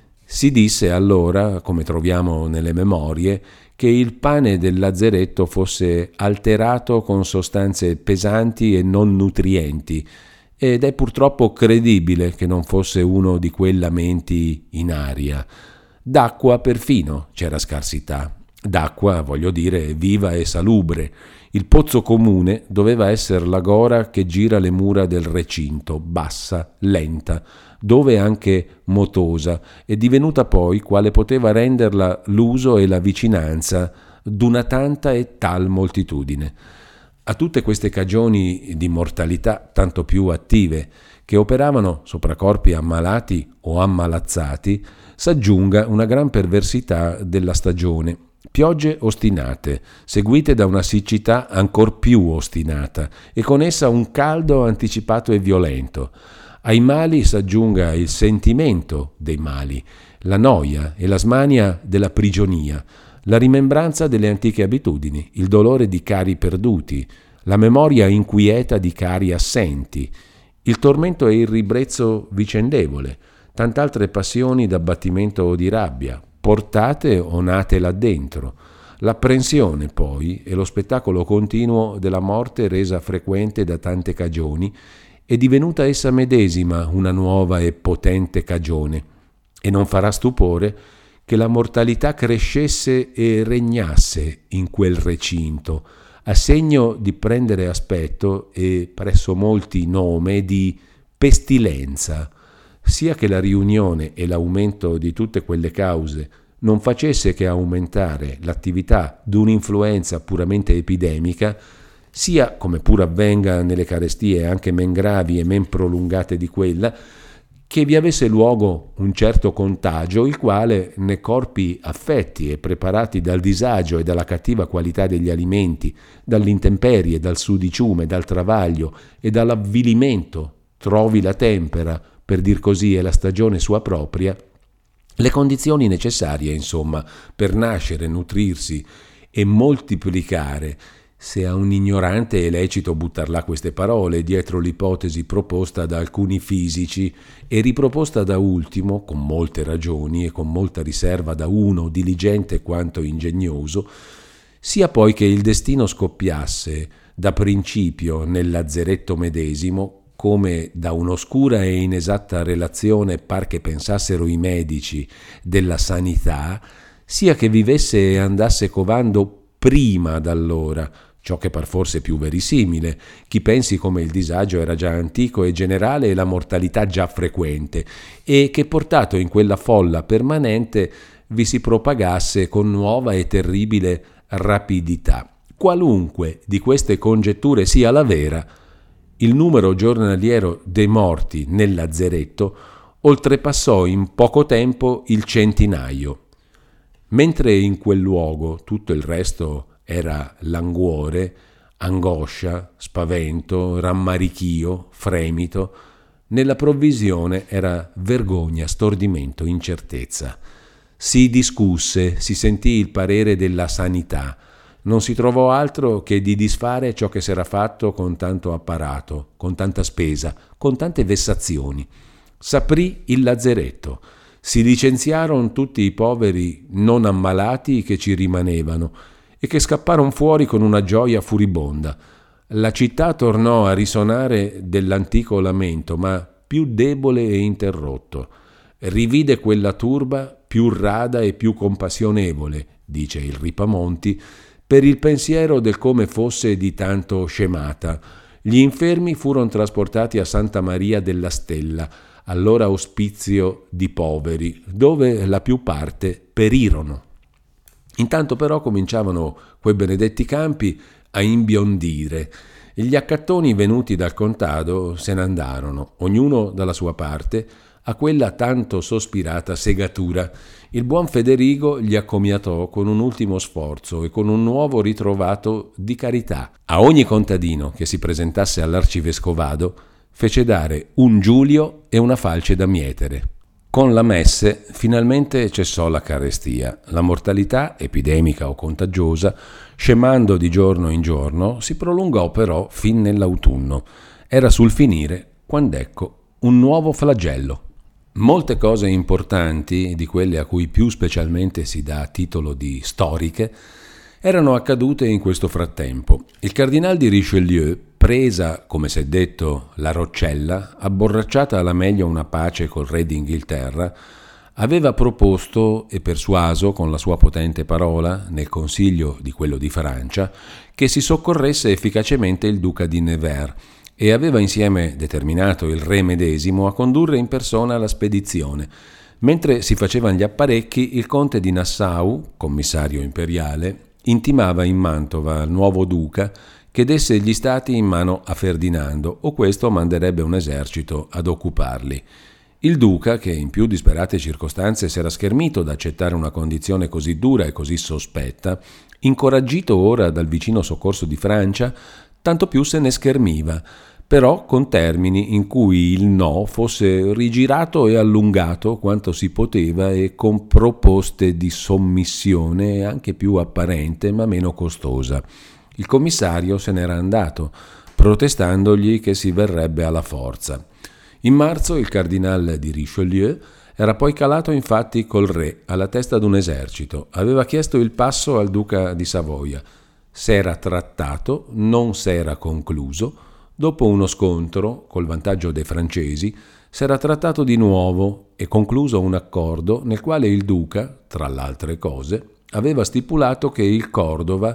Si disse allora, come troviamo nelle memorie, che il pane del lazzeretto fosse alterato con sostanze pesanti e non nutrienti, ed è purtroppo credibile che non fosse uno di quei lamenti in aria. D'acqua perfino c'era scarsità. D'acqua, voglio dire, viva e salubre. Il pozzo comune doveva essere la gora che gira le mura del recinto, bassa, lenta, dove anche motosa, e divenuta poi quale poteva renderla l'uso e la vicinanza d'una tanta e tal moltitudine. A tutte queste cagioni di mortalità tanto più attive, che operavano sopra corpi ammalati o ammalazzati, s'aggiunga una gran perversità della stagione. Piogge ostinate, seguite da una siccità ancor più ostinata, e con essa un caldo anticipato e violento. Ai mali s'aggiunga il sentimento dei mali, la noia e la smania della prigionia, la rimembranza delle antiche abitudini, il dolore di cari perduti, la memoria inquieta di cari assenti, il tormento e il ribrezzo vicendevole, tant'altre passioni d'abbattimento o di rabbia, portate o nate là dentro, l'apprensione poi e lo spettacolo continuo della morte resa frequente da tante cagioni e divenuta essa medesima una nuova e potente cagione, e non farà stupore che la mortalità crescesse e regnasse in quel recinto, a segno di prendere aspetto e presso molti nome di pestilenza, sia che la riunione e l'aumento di tutte quelle cause non facesse che aumentare l'attività di un'influenza puramente epidemica, sia, come pur avvenga nelle carestie anche men gravi e men prolungate di quella, che vi avesse luogo un certo contagio, il quale, nei corpi affetti e preparati dal disagio e dalla cattiva qualità degli alimenti, dall'intemperie, dal sudiciume, dal travaglio e dall'avvilimento, trovi la tempera, per dir così, e la stagione sua propria, le condizioni necessarie, insomma, per nascere, nutrirsi e moltiplicare. Se a un ignorante è lecito buttar là queste parole dietro l'ipotesi proposta da alcuni fisici e riproposta da ultimo, con molte ragioni e con molta riserva da uno diligente quanto ingegnoso, sia poi che il destino scoppiasse da principio nel lazzeretto medesimo, come da un'oscura e inesatta relazione par che pensassero i medici della sanità, sia che vivesse e andasse covando prima d'allora, ciò che par forse più verosimile, chi pensi come il disagio era già antico e generale e la mortalità già frequente, e che portato in quella folla permanente vi si propagasse con nuova e terribile rapidità. Qualunque di queste congetture sia la vera, il numero giornaliero dei morti nel lazzeretto oltrepassò in poco tempo il centinaio. Mentre in quel luogo tutto il resto era languore, angoscia, spavento, rammarichio, fremito, nella provvisione era vergogna, stordimento, incertezza. Si discusse, si sentì il parere della sanità. Non si trovò altro che di disfare ciò che s'era fatto con tanto apparato, con tanta spesa, con tante vessazioni. S'aprì il lazzeretto. Si licenziarono tutti i poveri non ammalati che ci rimanevano e che scapparono fuori con una gioia furibonda. La città tornò a risonare dell'antico lamento, ma più debole e interrotto. Rivide quella turba più rada e più compassionevole, dice il Ripamonti, per il pensiero del come fosse di tanto scemata. Gli infermi furono trasportati a Santa Maria della Stella, allora ospizio di poveri, dove la più parte perirono. Intanto però cominciavano quei benedetti campi a imbiondire. Gli accattoni venuti dal contado se ne andarono, ognuno dalla sua parte, a quella tanto sospirata segatura. Il buon Federigo li accomiatò con un ultimo sforzo e con un nuovo ritrovato di carità. A ogni contadino che si presentasse all'arcivescovado fece dare un giulio e una falce da mietere. Con la messe finalmente cessò la carestia. La mortalità, epidemica o contagiosa, scemando di giorno in giorno, si prolungò però fin nell'autunno. Era sul finire quand'ecco un nuovo flagello. Molte cose importanti, di quelle a cui più specialmente si dà titolo di storiche, erano accadute in questo frattempo. Il cardinal di Richelieu, presa, come s'è detto, la Roccella, abborracciata alla meglio una pace col re d'Inghilterra, aveva proposto e persuaso con la sua potente parola, nel consiglio di quello di Francia, che si soccorresse efficacemente il duca di Nevers, e aveva insieme determinato il re medesimo a condurre in persona la spedizione. Mentre si facevano gli apparecchi, il conte di Nassau, commissario imperiale, intimava in Mantova al nuovo duca che desse gli stati in mano a Ferdinando, o questo manderebbe un esercito ad occuparli. Il duca, che in più disperate circostanze s'era schermito da accettare una condizione così dura e così sospetta, incoraggito ora dal vicino soccorso di Francia, tanto più se ne schermiva, però con termini in cui il no fosse rigirato e allungato quanto si poteva e con proposte di sommissione anche più apparente ma meno costosa. Il commissario se n'era andato, protestandogli che si verrebbe alla forza. In marzo il cardinal di Richelieu era poi calato infatti col re alla testa d'un esercito, aveva chiesto il passo al duca di Savoia, s'era trattato, non s'era concluso. Dopo uno scontro, col vantaggio dei francesi, s'era trattato di nuovo e concluso un accordo nel quale il duca, tra l'altre cose, aveva stipulato che il Cordova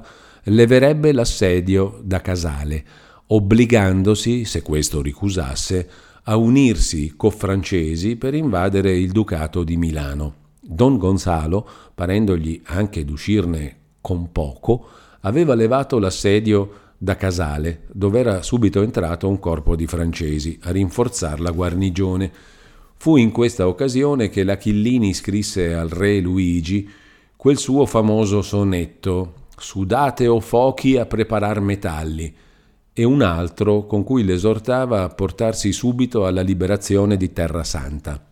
leverebbe l'assedio da Casale, obbligandosi, se questo ricusasse, a unirsi co-francesi per invadere il Ducato di Milano. Don Gonzalo, parendogli anche d'uscirne con poco, aveva levato l'assedio da Casale, dove era subito entrato un corpo di francesi a rinforzar la guarnigione. Fu in questa occasione che l'Achillini scrisse al re Luigi quel suo famoso sonetto «Sudate o fochi a preparar metalli», e un altro con cui l'esortava a portarsi subito alla liberazione di Terra Santa.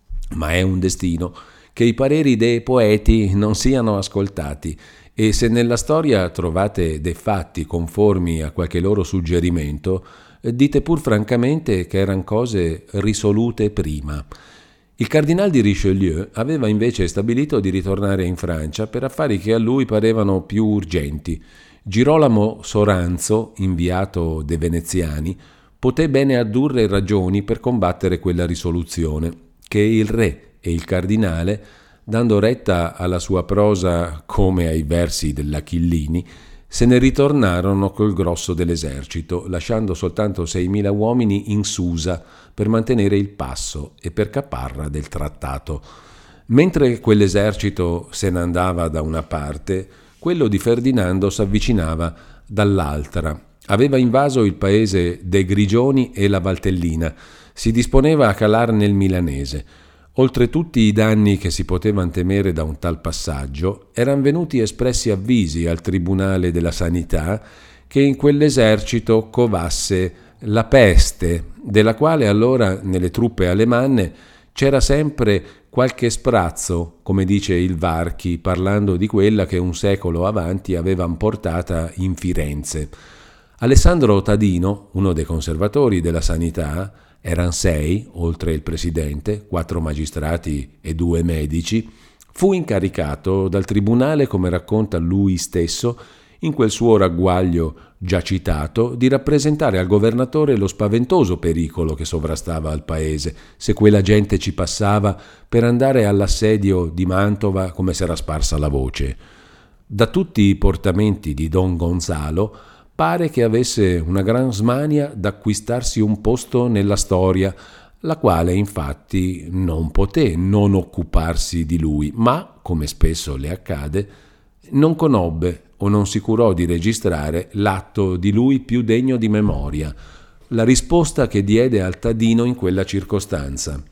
Ma è un destino che i pareri dei poeti non siano ascoltati, e se nella storia trovate dei fatti conformi a qualche loro suggerimento, dite pur francamente che eran cose risolute prima. Il cardinal di Richelieu aveva invece stabilito di ritornare in Francia per affari che a lui parevano più urgenti. Girolamo Soranzo, inviato dei veneziani, poté bene addurre ragioni per combattere quella risoluzione, che il re e il cardinale, dando retta alla sua prosa come ai versi dell'Achillini, se ne ritornarono col grosso dell'esercito, lasciando soltanto 6.000 uomini in Susa per mantenere il passo e per caparra del trattato. Mentre quell'esercito se ne andava da una parte, quello di Ferdinando s'avvicinava dall'altra. Aveva invaso il paese dei Grigioni e la Valtellina, si disponeva a calar nel milanese. Oltre tutti i danni che si potevano temere da un tal passaggio, eran venuti espressi avvisi al Tribunale della Sanità che in quell'esercito covasse la peste, della quale allora nelle truppe alemanne c'era sempre qualche sprazzo, come dice il Varchi, parlando di quella che un secolo avanti avevan portata in Firenze. Alessandro Tadino, uno dei conservatori della sanità, eran 6, oltre il presidente, 4 magistrati e 2 medici, fu incaricato dal tribunale, come racconta lui stesso, in quel suo ragguaglio già citato, di rappresentare al governatore lo spaventoso pericolo che sovrastava al paese, se quella gente ci passava per andare all'assedio di Mantova come s'era sparsa la voce. Da tutti i portamenti di Don Gonzalo pare che avesse una gran smania d'acquistarsi un posto nella storia, la quale infatti non poté non occuparsi di lui, ma, come spesso le accade, non conobbe o non si curò di registrare l'atto di lui più degno di memoria, la risposta che diede al Tadino in quella circostanza.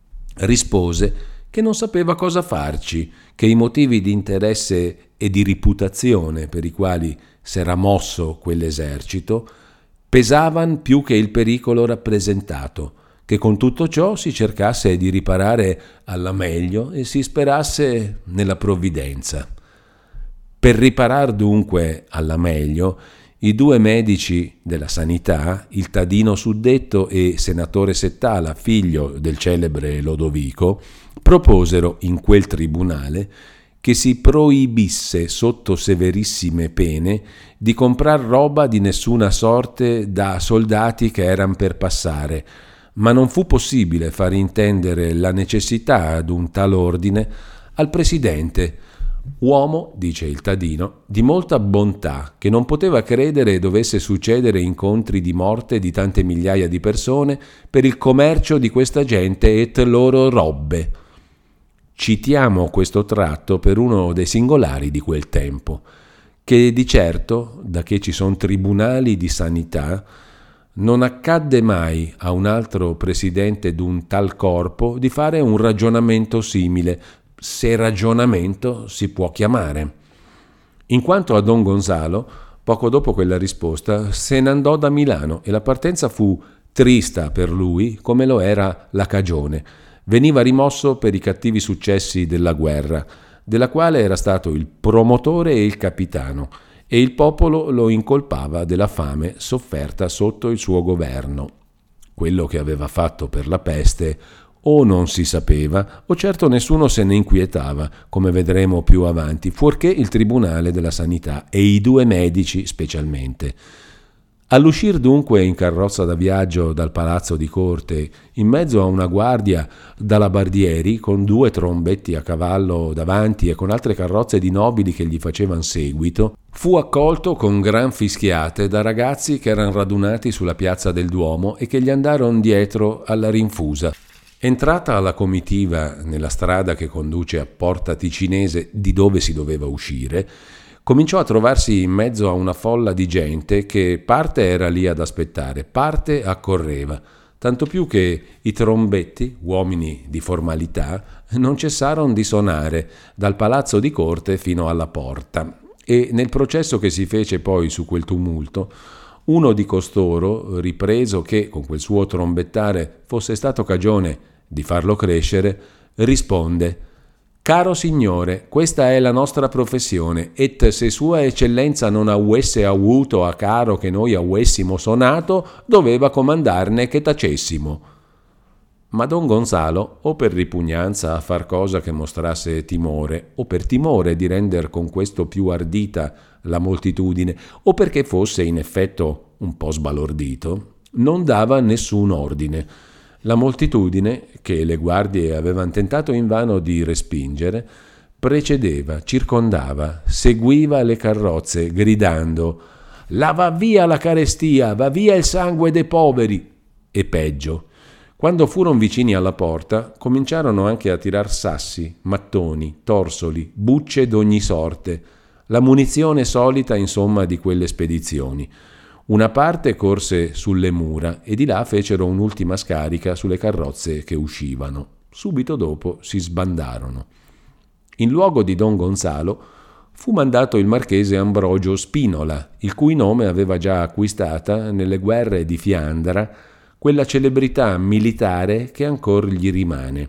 Rispose che non sapeva cosa farci, che i motivi di interesse e di riputazione per i quali s'era mosso quell'esercito pesavan più che il pericolo rappresentato, che con tutto ciò si cercasse di riparare alla meglio e si sperasse nella provvidenza. Per riparar dunque alla meglio, i 2 medici della sanità, il Tadino suddetto e senatore Settala, figlio del celebre Lodovico, proposero in quel tribunale che si proibisse sotto severissime pene di comprar roba di nessuna sorte da soldati che eran per passare, ma non fu possibile far intendere la necessità d'un tal ordine al presidente, uomo, dice il Tadino, di molta bontà, che non poteva credere dovesse succedere incontri di morte di tante migliaia di persone per il commercio di questa gente et loro robbe. Citiamo questo tratto per uno dei singolari di quel tempo, che di certo, da che ci sono tribunali di sanità, non accadde mai a un altro presidente d'un tal corpo di fare un ragionamento simile, se ragionamento si può chiamare. In quanto a Don Gonzalo, poco dopo quella risposta se ne andò da Milano e la partenza fu trista per lui come lo era la cagione. Veniva rimosso per i cattivi successi della guerra, della quale era stato il promotore e il capitano, e il popolo lo incolpava della fame sofferta sotto il suo governo. Quello che aveva fatto per la peste o non si sapeva, o certo nessuno se ne inquietava, come vedremo più avanti, fuorché il Tribunale della Sanità e i 2 medici specialmente. All'uscir dunque in carrozza da viaggio dal palazzo di corte, in mezzo a una guardia d'alabardieri con 2 trombetti a cavallo davanti e con altre carrozze di nobili che gli facevan seguito, Fu accolto con gran fischiate da ragazzi che erano radunati sulla piazza del Duomo e che gli andarono dietro alla rinfusa. Entrata la comitiva nella strada che conduce a Porta Ticinese, di dove si doveva uscire, cominciò a trovarsi in mezzo a una folla di gente che parte era lì ad aspettare, parte accorreva, tanto più che i trombetti, uomini di formalità, non cessarono di suonare dal palazzo di corte fino alla porta. E nel processo che si fece poi su quel tumulto, uno di costoro, ripreso che con quel suo trombettare fosse stato cagione di farlo crescere, risponde: «Caro signore, questa è la nostra professione, et se sua eccellenza non auesse avuto a caro che noi auessimo sonato, doveva comandarne che tacessimo». Ma Don Gonzalo, o per ripugnanza a far cosa che mostrasse timore, o per timore di render con questo più ardita la moltitudine, o perché fosse in effetto un po' sbalordito, non dava nessun ordine. La moltitudine, che le guardie avevano tentato invano di respingere, precedeva, circondava, seguiva le carrozze, gridando: «La va via la carestia, va via il sangue dei poveri!» E peggio. Quando furono vicini alla porta, cominciarono anche a tirar sassi, mattoni, torsoli, bucce d'ogni sorte, la munizione solita insomma di quelle spedizioni. Una parte corse sulle mura e di là fecero un'ultima scarica sulle carrozze che uscivano. Subito dopo si sbandarono. In luogo di Don Gonzalo fu mandato il marchese Ambrogio Spinola, il cui nome aveva già acquistata nelle guerre di Fiandra quella celebrità militare che ancor gli rimane.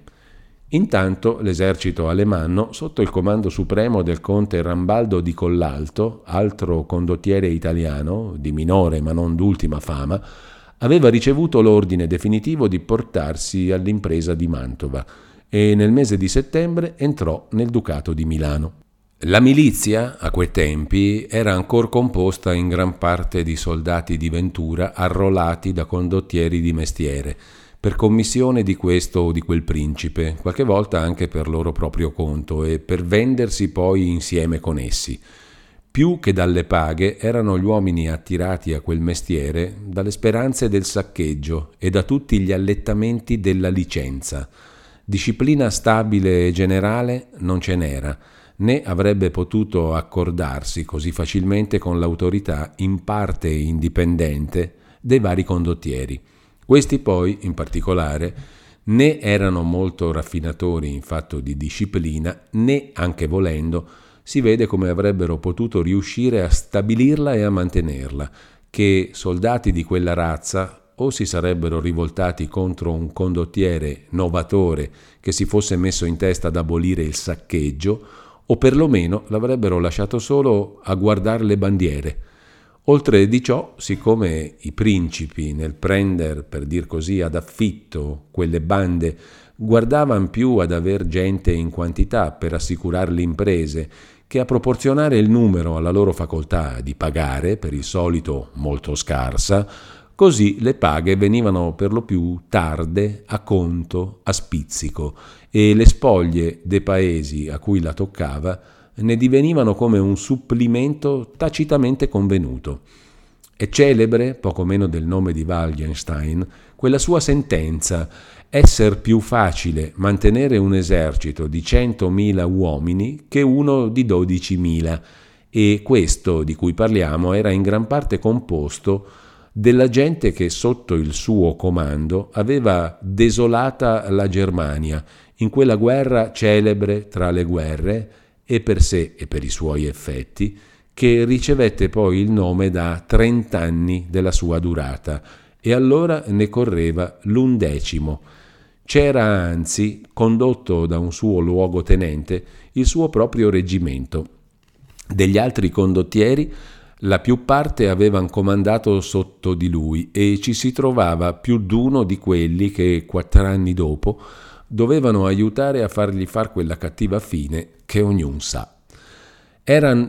Intanto l'esercito alemanno, sotto il comando supremo del conte Rambaldo di Collalto, altro condottiere italiano, di minore ma non d'ultima fama, aveva ricevuto l'ordine definitivo di portarsi all'impresa di Mantova e nel mese di settembre entrò nel Ducato di Milano. La milizia, a quei tempi, era ancor composta in gran parte di soldati di ventura arruolati da condottieri di mestiere, per commissione di questo o di quel principe, qualche volta anche per loro proprio conto e per vendersi poi insieme con essi. Più che dalle paghe erano gli uomini attirati a quel mestiere dalle speranze del saccheggio e da tutti gli allettamenti della licenza. Disciplina stabile e generale non ce n'era, né avrebbe potuto accordarsi così facilmente con l'autorità in parte indipendente dei vari condottieri. Questi poi, in particolare, né erano molto raffinatori in fatto di disciplina, né, anche volendo, si vede come avrebbero potuto riuscire a stabilirla e a mantenerla, che soldati di quella razza o si sarebbero rivoltati contro un condottiere novatore che si fosse messo in testa ad abolire il saccheggio, o perlomeno l'avrebbero lasciato solo a guardare le bandiere. Oltre di ciò, siccome i principi nel prender, per dir così, ad affitto quelle bande, guardavano più ad aver gente in quantità per assicurare le imprese che a proporzionare il numero alla loro facoltà di pagare, per il solito molto scarsa, così le paghe venivano per lo più tarde, a conto, a spizzico, e le spoglie dei paesi a cui la toccava ne divenivano come un supplimento tacitamente convenuto. È celebre, poco meno del nome di Wallenstein, quella sua sentenza: esser più facile mantenere un esercito di 100.000 uomini che uno di 12.000, e questo di cui parliamo era in gran parte composto della gente che sotto il suo comando aveva desolata la Germania in quella guerra celebre tra le guerre, e per sé e per i suoi effetti, che ricevette poi il nome da 30 anni della sua durata, e allora ne correva l'11. C'era anzi, condotto da un suo luogotenente, il suo proprio reggimento. Degli altri condottieri la più parte avevan comandato sotto di lui, e ci si trovava più d'uno di quelli che 4 anni dopo dovevano aiutare a fargli far quella cattiva fine che ognun sa. Eran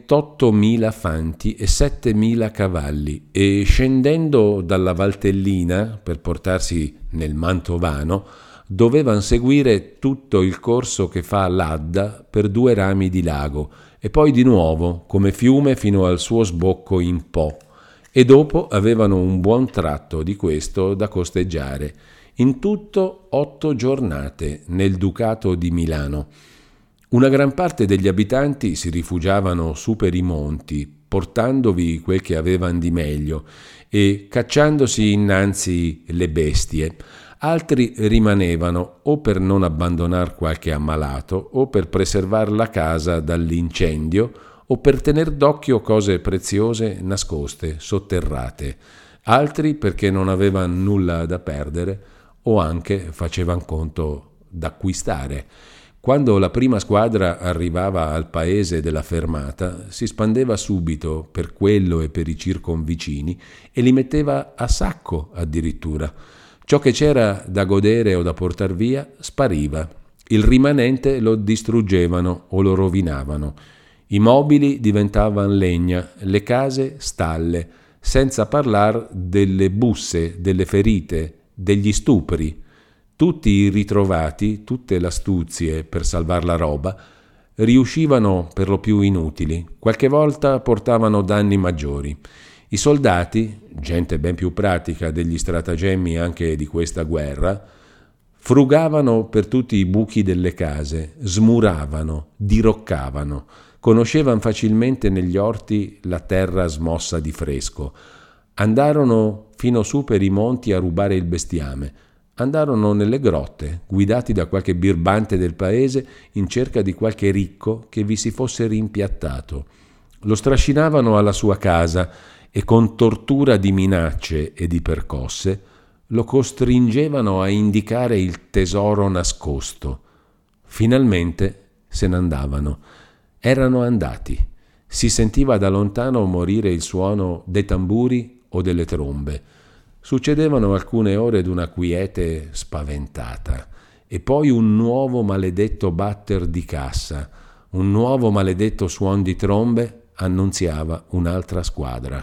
28.000 fanti e 7.000 cavalli, e scendendo dalla Valtellina per portarsi nel Mantovano dovevan seguire tutto il corso che fa l'Adda per 2 rami di lago, e poi di nuovo come fiume fino al suo sbocco in Po, e dopo avevano un buon tratto di questo da costeggiare. In tutto 8 giornate nel Ducato di Milano. Una gran parte degli abitanti si rifugiavano su per i monti, portandovi quel che avevan di meglio e cacciandosi innanzi le bestie. Altri rimanevano o per non abbandonar qualche ammalato o per preservar la casa dall'incendio o per tener d'occhio cose preziose nascoste, sotterrate. Altri perché non avevan nulla da perdere o anche facevan conto d'acquistare. Quando la prima squadra arrivava al paese della fermata, si spandeva subito per quello e per i circonvicini e li metteva a sacco addirittura. Ciò che c'era da godere o da portar via spariva. Il rimanente lo distruggevano o lo rovinavano. I mobili diventavano legna, le case stalle, senza parlar delle busse, delle ferite, degli stupri. Tutti i ritrovati, tutte le astuzie per salvar la roba, riuscivano per lo più inutili, qualche volta portavano danni maggiori. I soldati, gente ben più pratica degli stratagemmi anche di questa guerra, frugavano per tutti i buchi delle case, smuravano, diroccavano, conoscevano facilmente negli orti la terra smossa di fresco. Andarono fino su per i monti a rubare il bestiame. Andarono nelle grotte, guidati da qualche birbante del paese in cerca di qualche ricco che vi si fosse rimpiattato. Lo strascinavano alla sua casa e con tortura di minacce e di percosse lo costringevano a indicare il tesoro nascosto. Finalmente se ne andavano. Erano andati. Si sentiva da lontano morire il suono dei tamburi o delle trombe. Succedevano alcune ore d'una quiete spaventata e poi un nuovo maledetto batter di cassa, un nuovo maledetto suon di trombe annunziava un'altra squadra.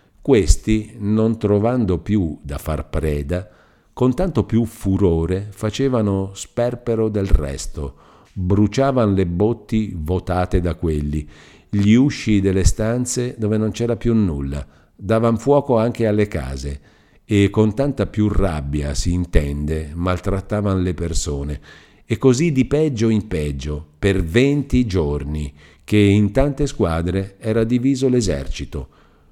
Questi, non trovando più da far preda, con tanto più furore facevano sperpero del resto, bruciavan le botti votate da quelli, gli usci delle stanze dove non c'era più nulla, davan fuoco anche alle case, e con tanta più rabbia, si intende, maltrattavan le persone, e così di peggio in peggio, per 20 giorni, che in tante squadre era diviso l'esercito.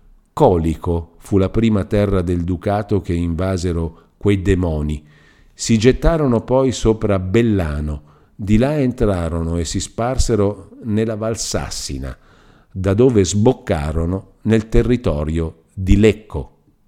Colico fu la prima terra del Ducato che invasero quei demoni. Si gettarono poi sopra Bellano, di là entrarono e si sparsero nella Valsassina, da dove sboccarono nel territorio di Lecco.